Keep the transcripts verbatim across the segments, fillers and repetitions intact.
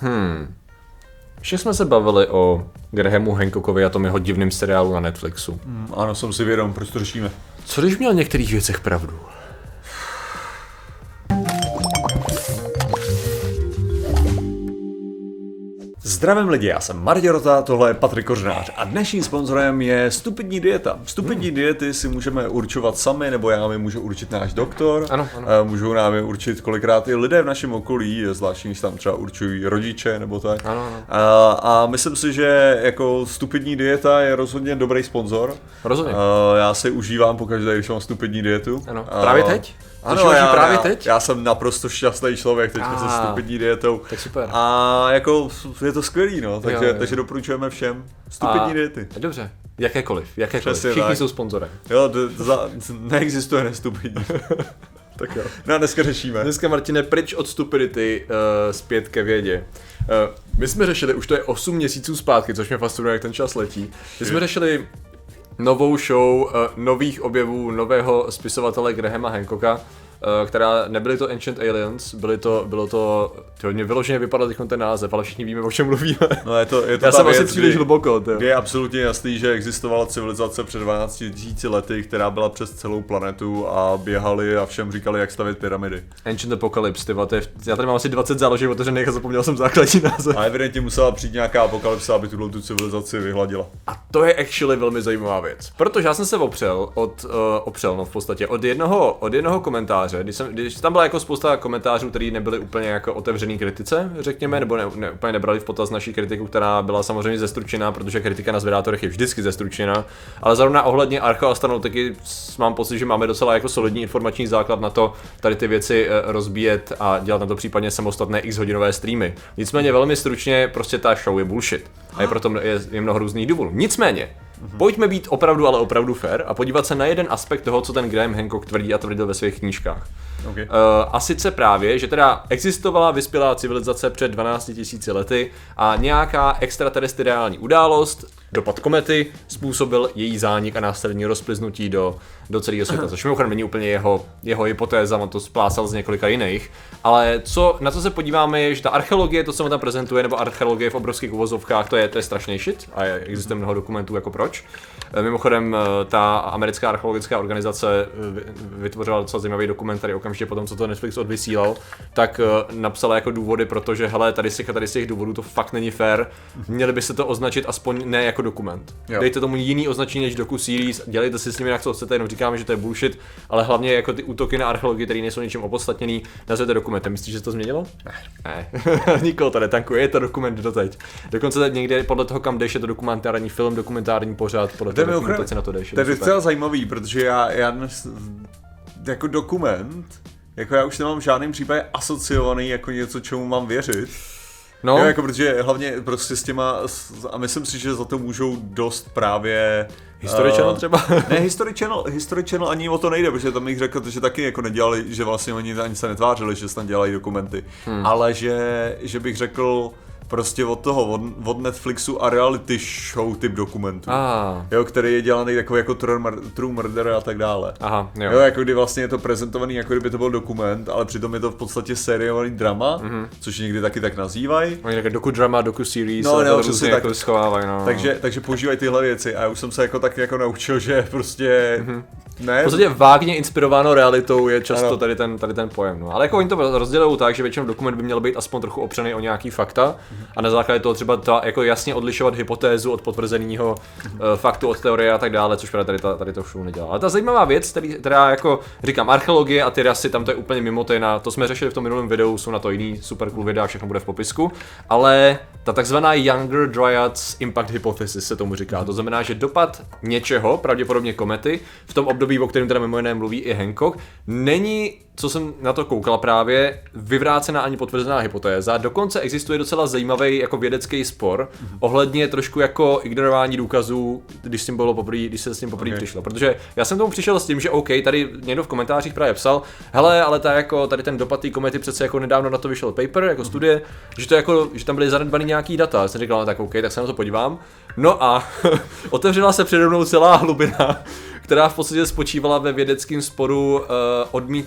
Hmm. Ještě jsme se bavili o Grahamu Hancockovi a tom jeho divným seriálu na Netflixu. Hmm, ano, jsem si vědom, proč to řešíme. Co když měl v některých věcech pravdu? Zdravím lidi, já jsem Martě Rota, tohle je Patrik Kořenář a dnešním sponzorem je Stupidní dieta. Stupidní hmm. diety si můžeme určovat sami, nebo já mi můžu určit náš doktor. Ano, ano. Můžou nám je určit kolikrát i lidé v našem okolí, zvláště když tam třeba určují rodiče nebo tak. Ano, ano. A, a myslím si, že jako Stupidní dieta je rozhodně dobrý sponzor. Rozhodně. A já si užívám pokaždé, když mám stupidní dietu. Ano, právě teď? Ano, já, právě já, teď? já jsem naprosto šťastný člověk teďka se stupidní dietou. Tak super. A jako je to skvělý, no, takže, jo, jo. takže doporučujeme všem stupidní a, diety. Dobře, jakékoliv, jakékoliv, Přesně všichni tak. jsou sponzorem. Jo, d- za, neexistuje nestupidní. Tak jo. No a dneska řešíme. Dneska, Martine, pryč od stupidity, uh, zpět ke vědě. Uh, my jsme řešili, už to je osm měsíců zpátky, což mě fascinuje, jak ten čas letí. My jsme řešili novou show uh, nových objevů nového spisovatele Grahama Hancocka, uh, která nebyly to Ancient Aliens, byly to, bylo to, to mě vyloženě vypadal teď ten název, ale všichni víme, o čem mluvíme. No je to, je to Já jsem věc, asi příliš kdy, hluboko. Tyjo. Je absolutně jasný, že existovala civilizace před dvanácti tisíci lety, která byla přes celou planetu a běhali a všem říkali, jak stavět pyramidy. Ancient Apocalypse, tyva, to je, já tady mám asi dvacet záložek otevřených a zapomněl jsem základní název. A evidentně musela přijít nějaká apokalypsa, aby tuhle tu civilizaci vyhladila. A to je actually velmi zajímavá věc, protože já jsem se opřel od, uh, opřel, no v podstatě, od jednoho, od jednoho komentáře, když, jsem, když tam byla jako spousta komentářů, který nebyly úplně jako otevřený kritice, řekněme, nebo ne, ne, úplně nebrali v potaz naší kritiku, která byla samozřejmě zestručená, protože kritika na zvědátorech je vždycky zestručená, ale zrovna ohledně archeoastronautiky mám pocit, že máme docela jako solidní informační základ na to, tady ty věci uh, rozbíjet a dělat na to případně samostatné x hodinové streamy. Nicméně velmi stručně, prostě ta show je bullshit. A je proto je, je mnoho různých důvodů. Nicméně, mm-hmm. pojďme být opravdu, ale opravdu fair a podívat se na jeden aspekt toho, co ten Graham Hancock tvrdí a tvrdil ve svých knížkách. Okay. Uh, a sice právě, že teda existovala vyspělá civilizace před dvanácti tisíci lety a nějaká extraterestriální událost, dopad komety, způsobil její zánik a následně rozplyznutí do, do celého světa, což mimochodem není úplně jeho, jeho hypotéza, on to splásal z několika jiných, ale co, na co se podíváme je, že ta archeologie, to, co on tam prezentuje, nebo archeologie v obrovských uvozovkách, to je, to je strašný shit a je, existuje mnoho dokumentů jako proč. Mimochodem, ta americká archeologická organizace vytvořila docela zajímavý dokument, tady okamžitě potom, co to Netflix odvysílal, tak napsala jako důvody, protože hele, tady z těch a tady z těch důvodů to fakt není fair, měli by se to označit aspoň ne jako dokument. Jo. Dejte tomu jiný označení než doku series, dělejte si s nimi jak co chcete, jenom říkáme, že to je bullshit, ale hlavně jako ty útoky na archeologii, které nejsou ničím opodstatněný, nazvěte dokumentem. Myslíš, že se to změnilo? Ne. Ne. Nikoho to netankuje, je to dokument doteď. Dokonce někde podle toho, kam jdeš, je to dokumentární film, dokumentární pořad, podle toho dokumentace na to jdeš. To je docela zajímavý, protože já, já dnes, jako dokument, jako já už nemám v žádném případě asociovaný jako něco, čemu mám věřit. No. Jo, jako protože hlavně prostě s těma, a myslím si, že za to můžou dost právě... History Channel třeba? Ne, History Channel, History Channel ani o to nejde, protože tam bych řekl, že taky jako nedělali, že vlastně oni ani se netvářili, že tam dělají dokumenty, hmm. ale že, že bych řekl prostě od toho, od, od Netflixu a reality show typ dokumentů, ah. jo, který je dělaný takový jako True Murder a tak dále. Aha, jo. jo, jako kdy vlastně je to prezentovaný, jako kdyby to byl dokument, ale přitom je to v podstatě sériovaný drama, mm-hmm. což někdy taky tak nazývají. Oni taky doku-drama, doku-series, no, a no, to různě tak, jako schovávají, no. Takže, takže používají tyhle věci a já už jsem se jako tak jako naučil, že prostě... Mm-hmm. Ne. V podstatě vágně inspirováno realitou je často tady ten, tady ten pojem. No. Ale jako oni to rozdělují tak, že většinou dokument by měl být aspoň trochu opřený o nějaký fakta mm-hmm. a na základě toho třeba ta, jako jasně odlišovat hypotézu od potvrzeného mm-hmm. uh, faktu, od teorie a tak dále, což tady, ta, tady to všude nedělá. Ale ta zajímavá věc, který, která jako říkám, archeologie a ty rasy, tam to je úplně mimo téma, to jsme řešili v tom minulém videu, jsou na to jiný super cool videa, všechno bude v popisku, ale ta takzvaná Younger Dryads Impact Hypothesis se tomu říká. To znamená, že dopad něčeho, pravděpodobně komety, v tom období, o kterém teda mimo jiné mluví i Hancock, není, co jsem na to koukal právě, vyvrácená ani potvrzená hypotéza. Dokonce existuje docela zajímavý jako vědecký spor mm-hmm. ohledně trošku jako ignorování důkazů, když, s tím bylo poprvé, když se s tím poprvé okay. přišlo. Protože já jsem tomu přišel s tím, že OK, tady někdo v komentářích právě psal, hele, ale ta jako, tady ten dopad té komety přece jako nedávno na to vyšel paper, jako mm-hmm. studie, že to jako, že tam byly zanedbaný nějaký data. Já jsem říkal, no, tak OK, tak se na to podívám. No a otevřela se přede mnou celá hlubina, která v podstatě spočívala ve vědeckém sporu uh, odmítnutí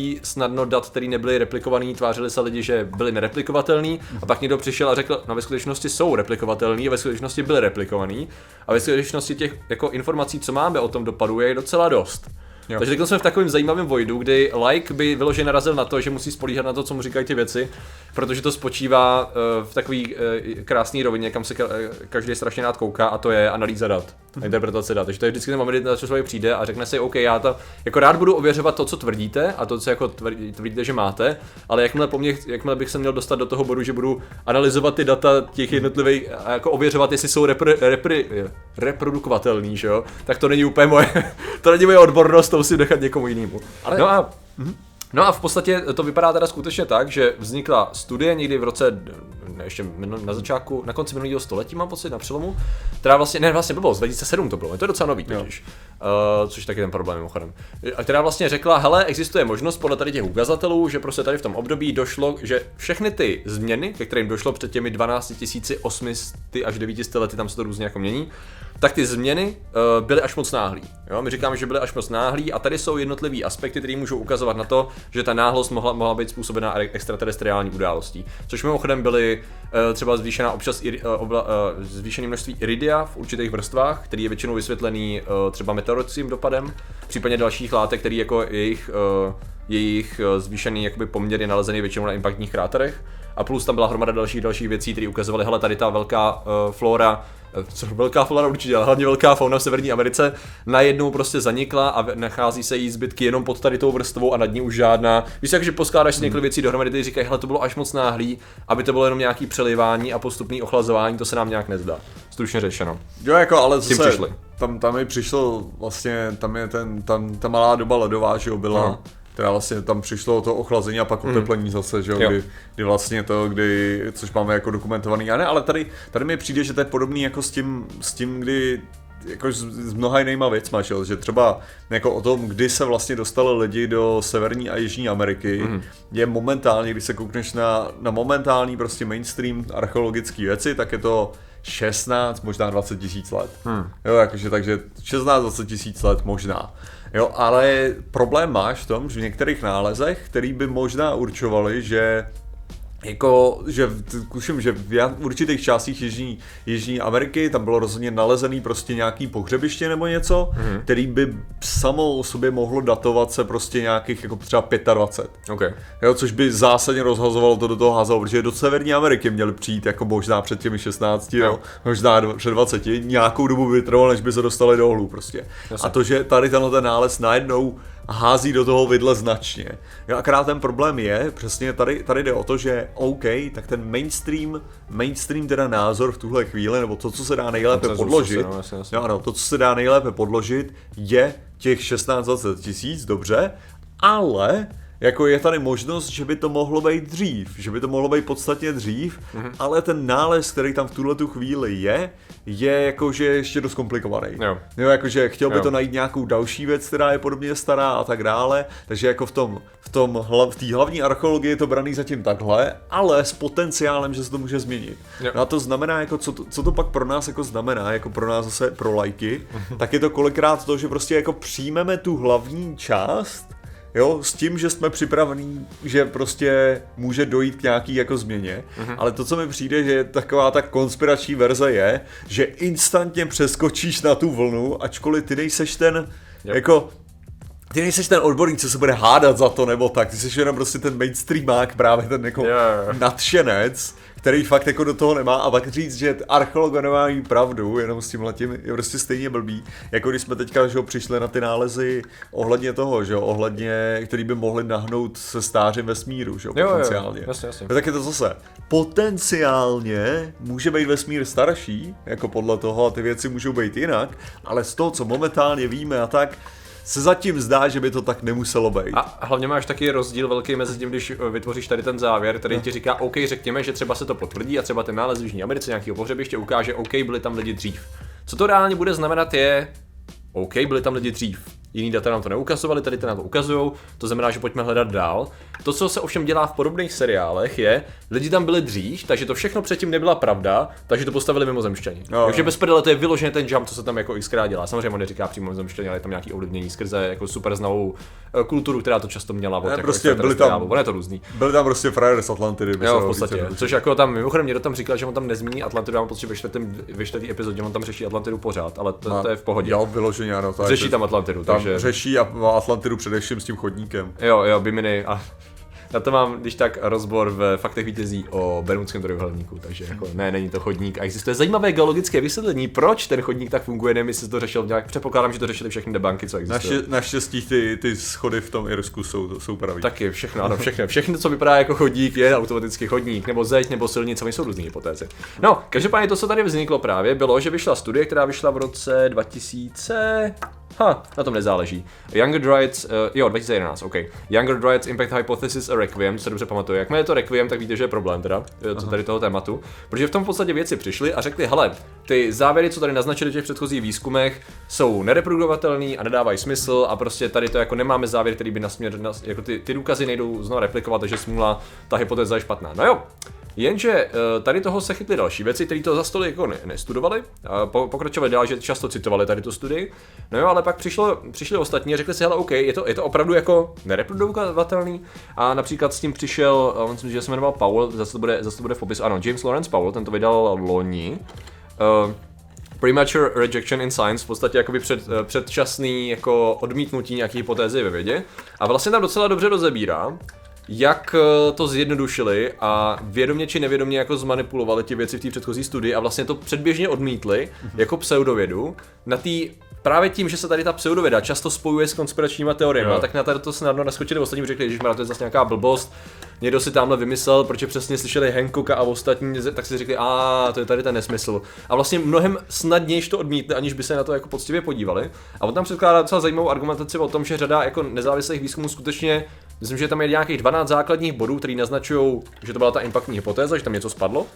množství snadno dat, které nebyly replikovaný, tvářili se lidi, že byly nereplikovatelný, a pak někdo přišel a řekl, no ve skutečnosti jsou replikovatelný, a ve skutečnosti byly replikovaný, a ve skutečnosti těch jako informací, co máme o tom dopadu, je docela dost. Jo. Takže teď jsme v takovém zajímavém voidu, kdy like by vyloženě narazil na to, že musí spolíhat na to, co mu říkají ty věci, protože to spočívá uh, v takový uh, krásný rovině, kam se ka- každý strašně rád kouká, a to je analýza dat, mm-hmm. interpretace dat. Takže to je vždycky ten moment, kdy na člověk přijde a řekne si, OK, já to jako rád budu ověřovat to, co tvrdíte, a to, co jako tvrdí, tvrdíte, že máte, ale jakmile, po mně, jakmile bych se měl dostat do toho bodu, že budu analyzovat ty data těch jednotlivých a jako ověřovat, jestli jsou repr- repr- reprodukovatelný, že jo, tak to není úplně moje, to není moje odbornost, to musím nechat někomu jinému. Ale... No a mm-hmm. No a v podstatě to vypadá teda skutečně tak, že vznikla studie někdy v roce, ne, ještě na začátku, na konci minulého století mám pocit, na přelomu, která vlastně, ne vlastně blbost, dva tisíce sedm to bylo, to je docela nový totiž, uh, což taky ten problém mimochodem. A která vlastně řekla, hele, existuje možnost podle tady těch ukazatelů, že prostě tady v tom období došlo, že všechny ty změny, ke kterým došlo před těmi dvanáct tisíc osm set až devět set lety, tam se to různě jako mění, tak ty změny uh, byly až moc náhlý. Jo? My říkáme, že byly až moc náhlý, a tady jsou jednotlivý aspekty, které můžou ukazovat na to, že ta náhlost mohla, mohla být způsobená extraterestriální událostí. Což mimochodem byly uh, třeba zvýšená občas iri, uh, obla, uh, zvýšené množství iridia v určitých vrstvách, který je většinou vysvětlený uh, třeba meteorickým dopadem, případně dalších látek, který jako jejich, uh, jejich uh, zvýšený jakoby poměr je nalezený většinou na impaktních kráterech. A plus tam byla hromada dalších dalších věcí, které ukazovaly, hele, tady ta velká uh, flora, co velká flora určitě, ale hlavně velká fauna v Severní Americe najednou prostě zanikla a nachází se jí zbytky jenom pod tady tou vrstvou a nad ní už žádná. Víš, takže poskládáš si několik věcí dohromady, ty říkají, hele, to bylo až moc náhlý, aby to bylo jenom nějaký přelivání a postupný ochlazování, to se nám nějak nezdá. Stručně řečeno. Jo, jako, ale zase, tam, tam mi přišlo vlastně, tam je ten, tam, ta malá doba ledová, že jo, byla. Aha. Teda vlastně tam přišlo to ochlazení a pak oteplení mm. zase, že jo, kdy, kdy vlastně to, kdy, což máme jako dokumentovaný, a ne, ale tady, tady mi přijde, že to je podobný jako s tím, s tím, kdy, jako s, s mnoha jinýma věcma, že, že třeba jako o tom, kdy se vlastně dostali lidi do Severní a Jižní Ameriky, mm. je momentálně, když se koukneš na, na momentální prostě mainstream archeologické věci, tak je to šestnáct, možná dvacet tisíc let. Hmm. Jo, jakože, takže šestnáct dvacet tisíc let možná. Jo, ale problém máš v tom, že v některých nálezech, který by možná určovali, že jako, že tuším, že v určitých částích Jižní, Jižní Ameriky tam bylo rozhodně nalezený prostě nějaký pohřebiště nebo něco, mm-hmm. který by samo o sobě mohlo datovat se prostě nějakých jako třeba dvacet pět. Okay. Jo, což by zásadně rozhazovalo to do toho házalo, protože do Severní Ameriky měli přijít jako možná před těmi šestnácti, jo. Jo, možná před dvaceti, nějakou dobu by trvalo, než by se dostali do holů prostě. Jasně. A to, že tady tenhle ten nález najednou hází do toho vidle značně. Jo, akorát ten problém je, přesně tady, tady jde o to, že OK, tak ten mainstream, mainstream teda názor v tuhle chvíli, nebo to, co se dá nejlépe podložit, se, no, jasně, jasně. Jo, ano, to, co se dá nejlépe podložit, je těch šestnáct dvacet tisíc, dobře, ale jako je tady možnost, že by to mohlo být dřív, že by to mohlo být podstatně dřív, mm-hmm. ale ten nález, který tam v tuhletu chvíli je, je jakože ještě dost komplikovaný. Jo. Jo, jakože chtěl by jo. to najít nějakou další věc, která je podobně stará a tak dále, takže jako v tom, v tom hla, v té hlavní archeologii je to braný zatím takhle, ale s potenciálem, že se to může změnit. Jo. No a to znamená, jako co, to, co to pak pro nás jako znamená, jako pro nás zase pro lajky, tak je to kolikrát to, že prostě jako přijmeme tu hlavní část, jo, s tím, že jsme připravení, že prostě může dojít k nějaký jako změně, mm-hmm. ale to, co mi přijde, že taková ta konspirační verze je, že instantně přeskočíš na tu vlnu, ačkoliv ty nejseš ten, yep. jako, ty nejseš ten odborník, co se bude hádat za to, nebo tak, ty jsi jenom prostě ten mainstreamák, právě ten jako yeah. nadšenec, který fakt jako do toho nemá, a pak říct, že archeologové nemají pravdu, jenom s tímhletím je prostě stejně blbý, jako když jsme teďka, že ho, přišli na ty nálezy ohledně toho, že jo, ohledně, který by mohli nahnout se stářím vesmíru, že jo, jo potenciálně. Jo, jasně, jasně. Tak je to zase, potenciálně může být vesmír starší, jako podle toho, a ty věci můžou být jinak, ale z toho, co momentálně víme a tak, se zatím zdá, že by to tak nemuselo být. A hlavně máš taky rozdíl velký mezi tím, když vytvoříš tady ten závěr, který no. ti říká, OK, řekněme, že třeba se to potvrdí a třeba ten nález v Jižní Americe nějakého pohřebiště ukáže, OK, byli tam lidi dřív. Co to reálně bude znamenat je, OK, byli tam lidi dřív. jiný data nám to neukazovali, tady to nám to ukazujou, to znamená, že pojďme hledat dál. To, co se ovšem dělá v podobných seriálech, je, lidi tam byli dřív, takže to všechno předtím nebyla pravda, takže to postavili mimozemšťani. No, takže bez prdele to je vyloženě ten jump, co se tam jako xkrát dělá. Samozřejmě on neříká přímo mimozemšťani, ale je tam nějaký ovlivnění skrze jako super znalou kulturu, která to často měla. Ne, jako prostě byli tam, on je to různý. Byli tam prostě frajer z Atlantidy. Jo, v podstatě. Což jako tam mimochodem někdo tam říkal, že on tam nezmíní Atlantidu, já mám pocit, ve čtvrtém epizodě on tam řeší Atlantidu pořád, ale to, to je v pohodě. Jo, vyloženě ano. Řeší tam Atlantidu, tam takže řeší a Atlantidu především s tím chodníkem. Jo, jo, Bimini a na to mám, když tak, rozbor v Faktech vítězí o Bermudském trojúhelníku, takže jako ne, není to chodník a existuje zajímavé geologické vysvětlení, proč ten chodník tak funguje, nevím, jestli to řešil nějak, předpokládám, že to řešili všechny debanky, co existují. Naště, naštěstí ty, ty schody v tom Irsku jsou, jsou pravý. Taky, všechno, ano, všechno, všechno, co vypadá jako chodník, je automaticky chodník, nebo zeď, nebo silnice, oni jsou různý hypotézy. No, každopádně to, co tady vzniklo právě, bylo, že vyšla studie, která vyšla v roce dva tisíce... Ha, na tom nezáleží. Younger Dryades, uh, jo, dva tisíce jedenáct, OK. Younger Dryades Impact Hypothesis a Requiem, se dobře pamatuje. Jakmile je to Requiem, tak víte, že je problém teda, co tady toho tématu. Protože v tom v podstatě věci přišli a řekli, hele, ty závěry, co tady naznačili v těch předchozích výzkumech, jsou nereprodukovatelný a nedávají smysl a prostě tady to jako nemáme závěr, který by nasměr, nas, jako ty, ty důkazy nejdou znovu replikovat, takže smůla, ta hypotéza je špatná. No jo. Jenže tady toho se chytly další věci, které to za stolik jako ne, nestudovali, pokračovali dál, že často citovali tady tu studii, no jo, ale pak přišlo, přišli ostatní a řekli si, hele, OK, je to, je to opravdu jako nereprodukovatelný a například s tím přišel, on myslím, že se jmenoval Powell, zase to bude, zase to bude v popisu, ano, James Lawrence Powell, ten to vydal loni. Uh, Premature rejection in science, v podstatě jakoby před, předčasný jako odmítnutí nějaké hypotézy ve vědě a vlastně tam docela dobře rozebírá, jak to zjednodušili a vědomě či nevědomě jako zmanipulovali ty věci v té předchozí studii a vlastně to předběžně odmítli jako pseudovědu. Na tý, právě tím, že se tady ta pseudověda často spojuje s konspiračníma teoriemi, tak na tady to snadno naskočili, ostatní řekli, že to je zase nějaká blbost, někdo si tamhle vymyslel, protože přesně slyšeli Hancocka a ostatní, tak si řekli, a to je tady ten nesmysl. A vlastně mnohem snadnější to odmítli, aniž by se na to jako poctivě podívali. A on tam předkládá docela zajímavou argumentaci o tom, že řada jako nezávislých výzkumů skutečně, myslím, že tam je nějakých dvanáct základních bodů, které naznačují, že to byla ta impaktní hypotéza, že tam něco spadlo.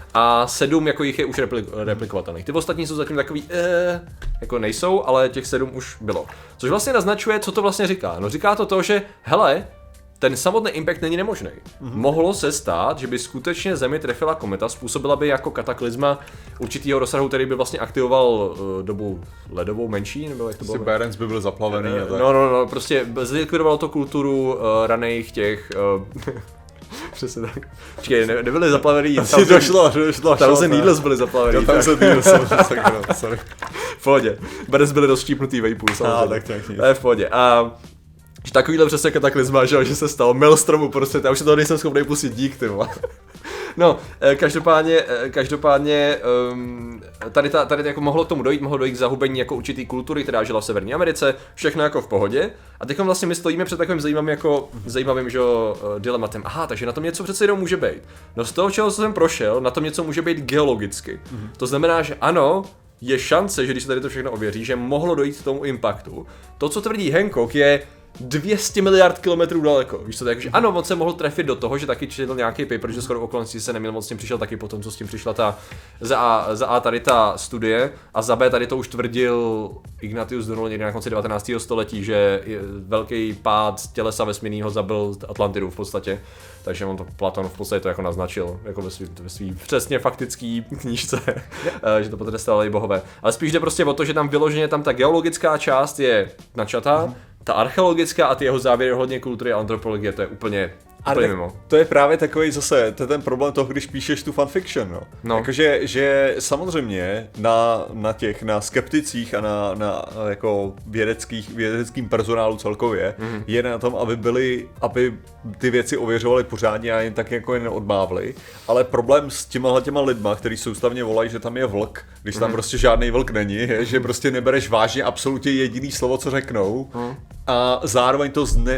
A sedm jako jich je už replik- replikovatelných. Ty ostatní jsou zatím takový, eh, jako nejsou, ale těch sedm už bylo. Což vlastně naznačuje, co to vlastně říká. No říká to to, že hele, ten samotný impact není nemožný. Mm-hmm. Mohlo se stát, že by skutečně Zemi trefila kometa, způsobila by jako kataklizma určitého rozsahu, který by vlastně aktivoval uh, dobu ledovou menší, nebo jak to bylo? Barents by byl zaplavený uh, a tak. No, no, no, prostě zlikvidovalo to kulturu uh, raných těch... Uh, Přesně tak. Počkej, ne, nebyli zaplavený. Asi došlo, došlo. Thousand Needles byli zaplavený. Thousand Needles, sorry. V pohodě. Barents byli rozštípnutý vejpůl, samozřejmě. Ah, tak, tak, to je v pohodě. A že takovýhle přesně kataklizma, že, že se stalo Maelstromu prostě, já už se toho nejsem schopný pustit, dík, ty vole. No, každopádně, každopádně um, tady, ta, tady jako mohlo k tomu dojít, mohlo dojít k zahubení jako určitý kultury, která žila v Severní Americe, všechno jako v pohodě. A teď vlastně my stojíme před takovým zajímavým, jako, zajímavým že, dilematem. Aha, takže na tom něco přece jenom může být. No z toho, čeho jsem prošel, na tom něco může být geologicky. Mm-hmm. To znamená, že ano, je šance, že když se tady to všechno ověří, že mohlo dojít k tomu impaktu. To, co tvrdí Hancock, je dvě stě miliard kilometrů daleko. Víš co, takže ano, on se mohl trefit do toho, že taky četl nějaký paper, že skoro okolností se neměl moc, s tím přišel taky potom, co s tím přišla ta za A, za A tady ta studie a za B tady to už tvrdil Ignatius Donald někdy na konci devatenáctého století, že velký pád tělesa vesmírného zabil Atlantidu v podstatě. Takže on to Platon v podstatě to jako naznačil, jako ve svý, ve svý přesně faktický knížce, že to potrestali bohové. Ale spíš jde prostě o to, že tam vyloženě tam ta geologická část je načatá, mm. ta archeologická a ty jeho závěry hodně kultury a antropologie, to je úplně, úplně mimo. To je právě takový zase, to je ten problém toho, když píšeš tu fanfiction, no. no. Jakože, že samozřejmě na, na těch, na skepticích a na, na jako vědeckých, vědeckým personálu celkově mm. je na tom, aby byli, aby ty věci ověřovali pořádně a jen tak jako jen odmávli, ale problém s těma těma lidma, kteří soustavně volají, že tam je vlk, když tam mm. prostě žádný vlk není, je, že prostě nebereš vážně absolutně jediný slovo, co řeknou mm. a zároveň to zne,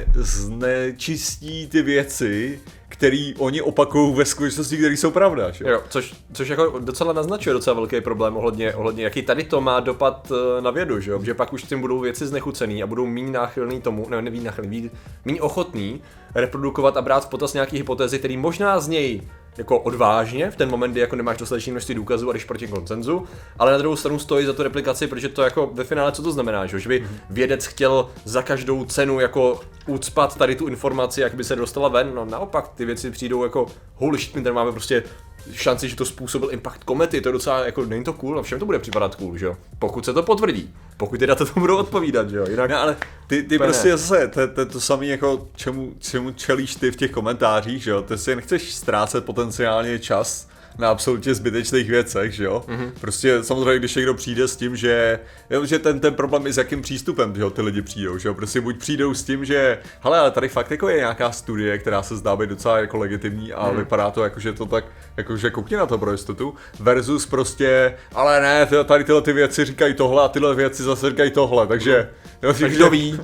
znečistí ty věci, který oni opakují ve skutečnosti, které jsou pravda. Že? Jo, což, což jako docela naznačuje docela velký problém ohledně, ohledně jaký tady to má dopad na vědu, že, jo? Že pak už tím budou věci znechucený a budou méně náchylný tomu, ne, nevíc náchylný, méně ochotný reprodukovat a brát v potaz nějaký hypotézy, které možná z něj jako odvážně v ten moment, kdy jako nemáš dostatečné množství důkazů a jdeš proti konsenzu, ale na druhou stranu stojí za tu replikaci, protože to jako ve finále co to znamená, že by vědec chtěl za každou cenu jako ucpat tady tu informaci, jak by se dostala ven, no naopak ty věci přijdou jako holy shit, my tady máme prostě šanci, že to způsobil impact komety, to je docela jako, není to cool, a všem to bude připadat cool, že jo, pokud se to potvrdí, pokud ty data tomu budou odpovídat, že jo, jinak... No, ale ty, ty prostě ne. Zase, to, to, to samé jako čemu, čemu čelíš ty v těch komentářích, že jo, ty si nechceš ztrácet potenciálně čas na absolutně zbytečných věcech, že jo? Mm-hmm. Prostě samozřejmě, když někdo přijde s tím, že, jo, že ten, ten problém je s jakým přístupem, že jo, ty lidi přijdou, že jo? Prostě buď přijdou s tím, že hele, ale tady fakt jako je nějaká studie, která se zdá být docela jako legitimní a mm. vypadá to jako, že to tak, jako, že koukni na to pro jistotu, versus prostě, ale ne, tady tyhle ty věci říkají tohle a tyhle věci zase říkají tohle, takže... Jo, tak kdo ví,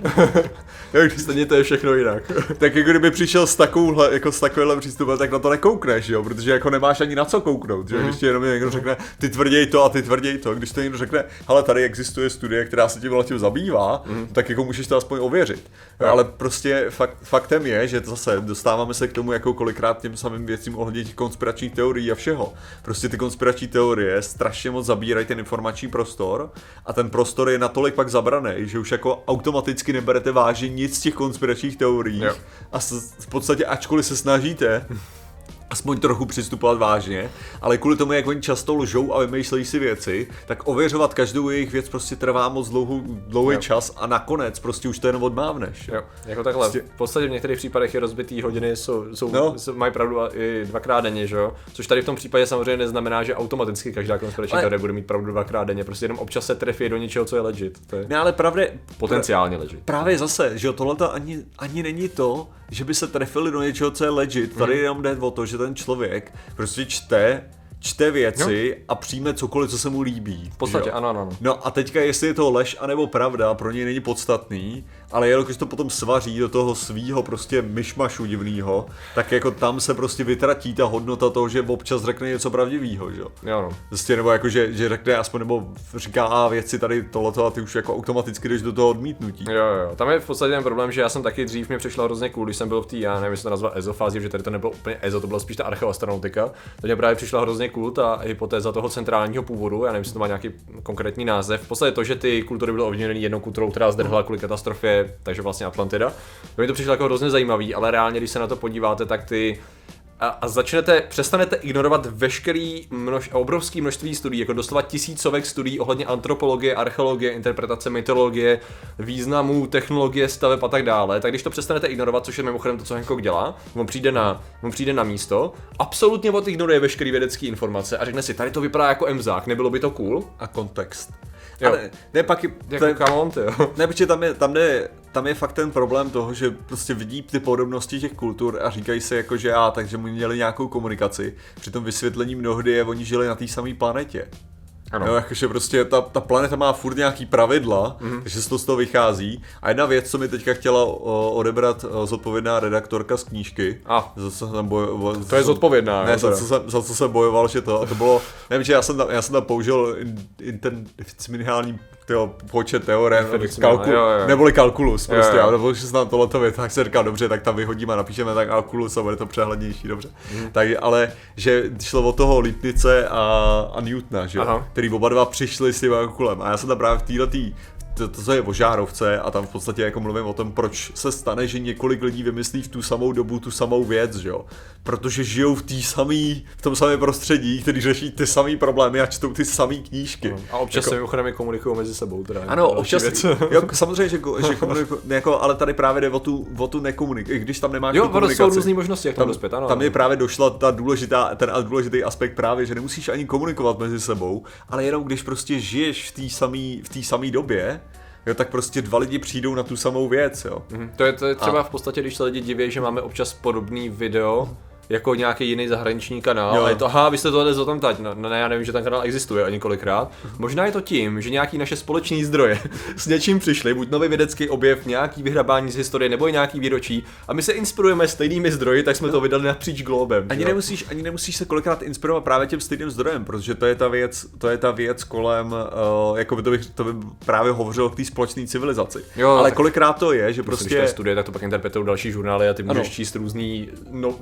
stejně to je všechno jinak. Tak jako kdyby přišel s takovouhle, jako s takovýmhle přístupem, tak na to nekoukneš, jo, protože jako nemáš ani na co kouknout, že? Mm. Když ti jenom někdo řekne, ty tvrděj to a ty tvrděj to, když to někdo řekne, hele, tady existuje studie, která se tím vlastně zabývá, mm. tak jako můžeš to aspoň ověřit. Jo. Ale prostě fakt, faktem je, že zase dostáváme se k tomu jako kolikrát těm samým věcím ohledně těch konspiračních teorií a všeho. Prostě ty konspirační teorie strašně moc zabírají ten informační prostor a ten prostor je natolik pak zabraný, že už jako automaticky neberete vážně nic z těch konspiračních teorií. Jo. A v podstatě ačkoliv se snažíte aspoň trochu přistupovat vážně, ale kvůli tomu, jak oni často lžou a vymýšlejí si věci, tak ověřovat každou jejich věc prostě trvá moc dlouhou, dlouhý jo. čas a nakonec prostě už to jenom odmávneš. Jo, jako takhle. Prostě... V podstatě v některých případech je rozbitý hodiny, jsou, jsou, no. jsou, mají pravdu i dvakrát denně, že jo? Což tady v tom případě samozřejmě neznamená, že automaticky každá konspirační teorie ale... bude mít pravdu dvakrát denně, prostě jenom občas se trefí do něčeho, co je legit. To je ne, ale pravdě, potenciálně legit. Právě zase, že jo, tohle ani, ani není to, že by se trefili do něčeho, co je legit. Tady mm. jenom jde o to, že ten člověk prostě čte, čte věci no. a přijme cokoliv, co se mu líbí. V podstatě, ano, ano. No a teďka, jestli je to lež anebo pravda, pro něj není podstatný, ale jelikož to potom svaří do toho svýho prostě myšmašu divnýho, tak jako tam se prostě vytratí ta hodnota toho, že občas řekne něco pravdivýho, že jo. Jo, no. Prostě, nebo jako, že, že řekne aspoň, nebo říká a věci tady tohleto a ty už jako automaticky jdeš do toho odmítnutí. Jo, jo, tam je v podstatě ten problém, že já jsem taky dřív mě přišla hrozně cool, když jsem byl v té, já nevím, jestli to nazval ezofázi, že tady to nebylo úplně ezo, to byla spíš ta archeoastronautika, tak mě právě přišla hrozně cool ta hypotéza toho centrálního původu, já nevím, jestli to má nějaký konkrétní název. V podstatě to, že ty kultury byly ovlivněny jednou kulturou, která zdrhla kvůli katastrofě, takže vlastně Atlantida. To mi to přišlo jako hrozně zajímavý, ale reálně, když se na to podíváte, tak ty a, a začnete, přestanete ignorovat veškerý množ, obrovský množství studií, jako doslova tisícovek studií ohledně antropologie, archeologie, interpretace mytologie, významů, technologie, staveb a tak dále. Tak když to přestanete ignorovat, což je mimochodem to, co Hancock dělá, on přijde na, on přijde na místo, absolutně odignoruje veškerý vědecký informace a řekne si, tady to vypadá jako emzák, nebylo by to cool? A kontext. Jo. Ale ne, pak je, jako ten, come on, jo. Ne, protože tam je, tam, je, tam je fakt ten problém toho, že prostě vidí ty podobnosti těch kultur a říkají si jako, že já, takže mu měli nějakou komunikaci. Při tom vysvětlení mnohdy je, oni žili na té samé planetě. Ano. Jo, jakože prostě ta, ta planeta má furt nějaký pravidla, mm-hmm. takže z toho, z toho vychází. A jedna věc, co mi teďka chtěla o, odebrat o, zodpovědná redaktorka z knížky. A. Za co jsem bojoval, to je zodpovědná. Ne, za co, jsem, za co jsem bojoval, že to, a to bylo, nevím, že já jsem tam, já jsem tam použil infinitesiminální počet teorem, kalkul, jo, jo. neboli kalkulus prostě, jo, jo. a nebo že znám tohleto věc, tak se říká, dobře, tak tam vyhodíme a napíšeme tak kalkulus a bude to přehlednější, dobře. Mm. Tak, ale že šlo o toho Leibnize a, a Newtona, že jo, který oba dva přišli s tím kalkulem a já jsem tam právě v této To, to, to je o žárovce a tam v podstatě jako mluvím o tom, proč se stane, že několik lidí vymyslí v tu samou dobu tu samou věc, že jo. Protože žijou v tý samý, v tom samém prostředí, který řeší ty samý problémy a čtou ty samý knížky. No, a občas jako, se mimochodem komunikují mezi sebou teda. Ano, občas, jo, samozřejmě, že, že komunikují, jako, ale tady právě jde o tu, o tu nekomunikaci, když tam nemáš jo, tu komunikaci. Jo, jsou různý možnosti, jak tam, tam dospět, ano. Tam je právě došla ta důležitá, ten důležitý aspekt právě, že nemusíš ani komunikovat mezi sebou, ale jenom když prostě žiješ v té samé v té samé době, jo, tak prostě dva lidi přijdou na tu samou věc, jo. Mm-hmm. To, je, to je třeba a... v podstatě, když se lidi diví, že máme občas podobný video, jako nějaký jiný zahraniční kanál, jo. A je to, aha, vy jste tohle zo tam tať, no, no ne, já nevím, že ten kanál existuje ani kolikrát. Možná je to tím, že nějaký naše společní zdroje s něčím přišli, buď nový vědecký objev, nějaký vyhrabání z historie nebo nějaký výročí a my se inspirujeme stejnými zdroji, tak jsme no. to vydali napříč globem. Ani nemusíš, ani nemusíš se kolikrát inspirovat právě tím stejným zdrojem, protože to je ta věc, to je ta věc kolem, uh, jako by to, bych, to by právě hovořilo k té společné civilizaci. Jo, ale tak, kolikrát to je, že prostě... Když to studie, tak to pak interpretují další žurnály a ty můžeš ano. číst různý, no víš, jako nový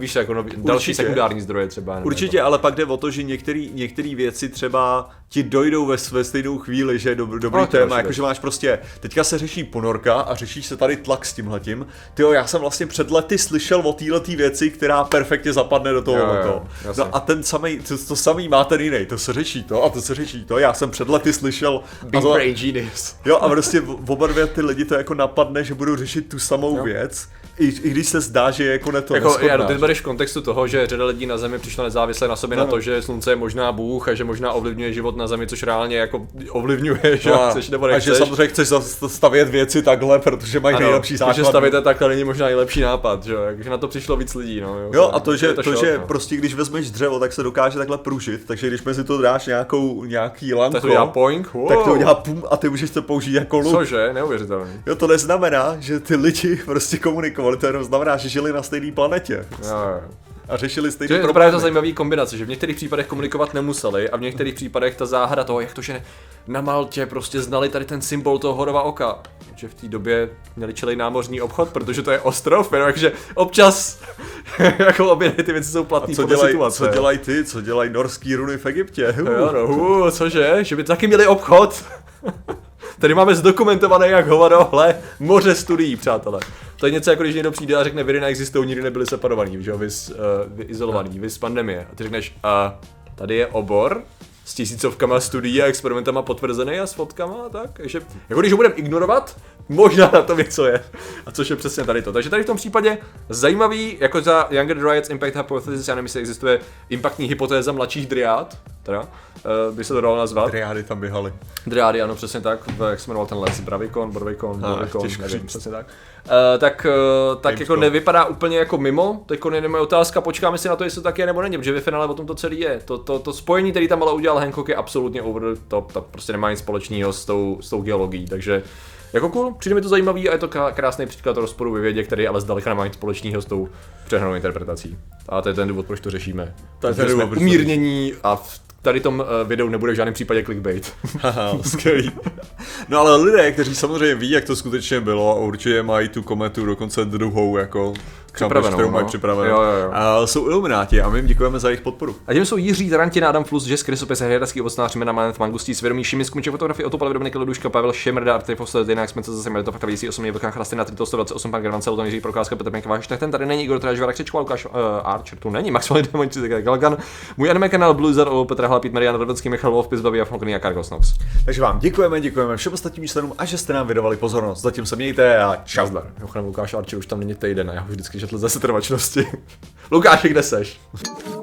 další sekundární zdroje třeba. Nevím, určitě, nebo. Ale pak jde o to, že některé věci třeba ti dojdou ve, ve stejnou chvíli, že je dob, dobrý no, téma, jakože máš prostě, teďka se řeší ponorka a řešíš se tady tlak s tímhletím. Tyjo, já jsem vlastně před lety slyšel o této věci, která perfektně zapadne do toho. Jo, jo, no a ten samý, to, to samý má ten jiný, to se řeší to a to se řeší to, já jsem před lety slyšel. Big brain genius. Jo a prostě oba dvě ty lidi to jako napadne, že budou řešit tu samou jo. věc. I, I když se zdá, že je jako ne to jako, neschodná. Já, ty bereš v kontextu toho, že řada lidí na Zemi přišla nezávisle na sobě no. na to, že slunce je možná Bůh a že možná ovlivňuje život na Zemi, což reálně jako ovlivňuje, že no. chceš nebo nechceš. A že samozřejmě chceš stavět věci takhle, protože mají ano, nejlepší základ. Že stavět takhle není možná nejlepší nápad, že takže na to přišlo víc lidí. No, jo, jo a to, že, to, to šok, že no. prostě když vezmeš dřevo, tak se dokáže takhle pružit, takže když mezi to dáš nějakou, nějaký lanko, tak to udělá poink, wow. tak to udělá pum a ty můžeš to použít jako luk. Cože, neuvěřitelný. Jo, to neznamená, že ty lidi prostě komunikovali, to jenom znamená, že žili na stejné planetě. Jo, jo. A řešili stejné problémy. To je právě to zajímavý kombinace, že v některých případech komunikovat nemuseli a v některých případech ta záhada toho, jak to, že na Maltě prostě znali tady ten symbol toho Hodova oka. Že v té době měli celý námořní obchod, protože to je ostrov, takže občas jako obě ty věci jsou platný podle situace. Co dělají ty, co dělají norský runy v Egyptě? Uh. Jo, no, uh, cože, že by taky měli obchod. Tady máme zdokumentované jak hovado, hle, moře studií, přátelé. To je něco jako když někdo přijde a řekne, viry neexistují, nikdy nebyly separovaný, že jo, vys, uh, izolovaný, vys pandemie. A ty řekneš, a uh, tady je obor s tisícovkama studií a experimentama potvrzený a s fotkama a tak. Takže, jako když ho budeme ignorovat, možná na to něco je. A což je přesně tady to. Takže tady v tom případě zajímavý, jako za Younger Dryads Impact Hypothesis, já nevím, jestli existuje impaktní hypotéza mladších dryád, teda, uh, by se to dalo nazvat. Dryády tam běhaly. Dryády, ano, přesně tak, jak se jmenoval ten les, Bravikon, Borvikon, Borvikon, nevím, přesně tak. Uh, tak uh, tak jako nevypadá úplně jako mimo, teď je moje otázka, počkáme si na to, jestli to tak je nebo není, protože ve finále o tom to celý je. To, to, to spojení, který tam ale udělal Hancock, je absolutně over the top, to prostě nemá nic společného s tou, s tou geologií, takže jako cool, přijde mi to zajímavý a je to krásný příklad rozporu ve vědě, který ale zdaleka nemá nic společného s tou přehnanou interpretací. A to je ten důvod, proč to řešíme. To je ten důvod, jsme umírnění a v tady tom videu nebude v žádném případě clickbait. Haha, skvělý. No ale lidé, kteří samozřejmě ví, jak to skutečně bylo a určitě mají tu kometu dokonce druhou jako připravenou, kterou no. mají připravenou. Jo, jo, jo. A jsou ilumináti a my jim děkujeme za jejich podporu. A tím jsou Jiří Tarantina, Adam Flus, Jess Krysopis, Hvědaský ovocnář, Jmena Manet, Mangustí, Svědomí, Šimis, Kunče, fotografie, Otopal, Dominik Leduška, Pavel Šemrda, Artifos, Dina, Expense, zase měli to fakta věcí osobně, Vlkán Chrastina, tři sto dvacet osm, pan Gervan, Celoton, Jiří Procházka, Petr Měkváš, tak ten tady není, Igor Tráž, Varak Čečko, Lukáš uh, Archer, tu není, Maxwell Demonči, Galgan, můj anime kanál Blizzard, Petr Hlapít, Marian Rodonský, Michal Wolf, Pizbaví a Falcony a Cargos Nox. Takže vám děkujeme, děkujeme všem ostatním členům a že jste nám věnovali pozornost. Zatím se mějte a čau. Mimochodem Lukáš Archer už tam není týden a já ho vždycky četl zase trvačnosti. Lukáši, kde seš?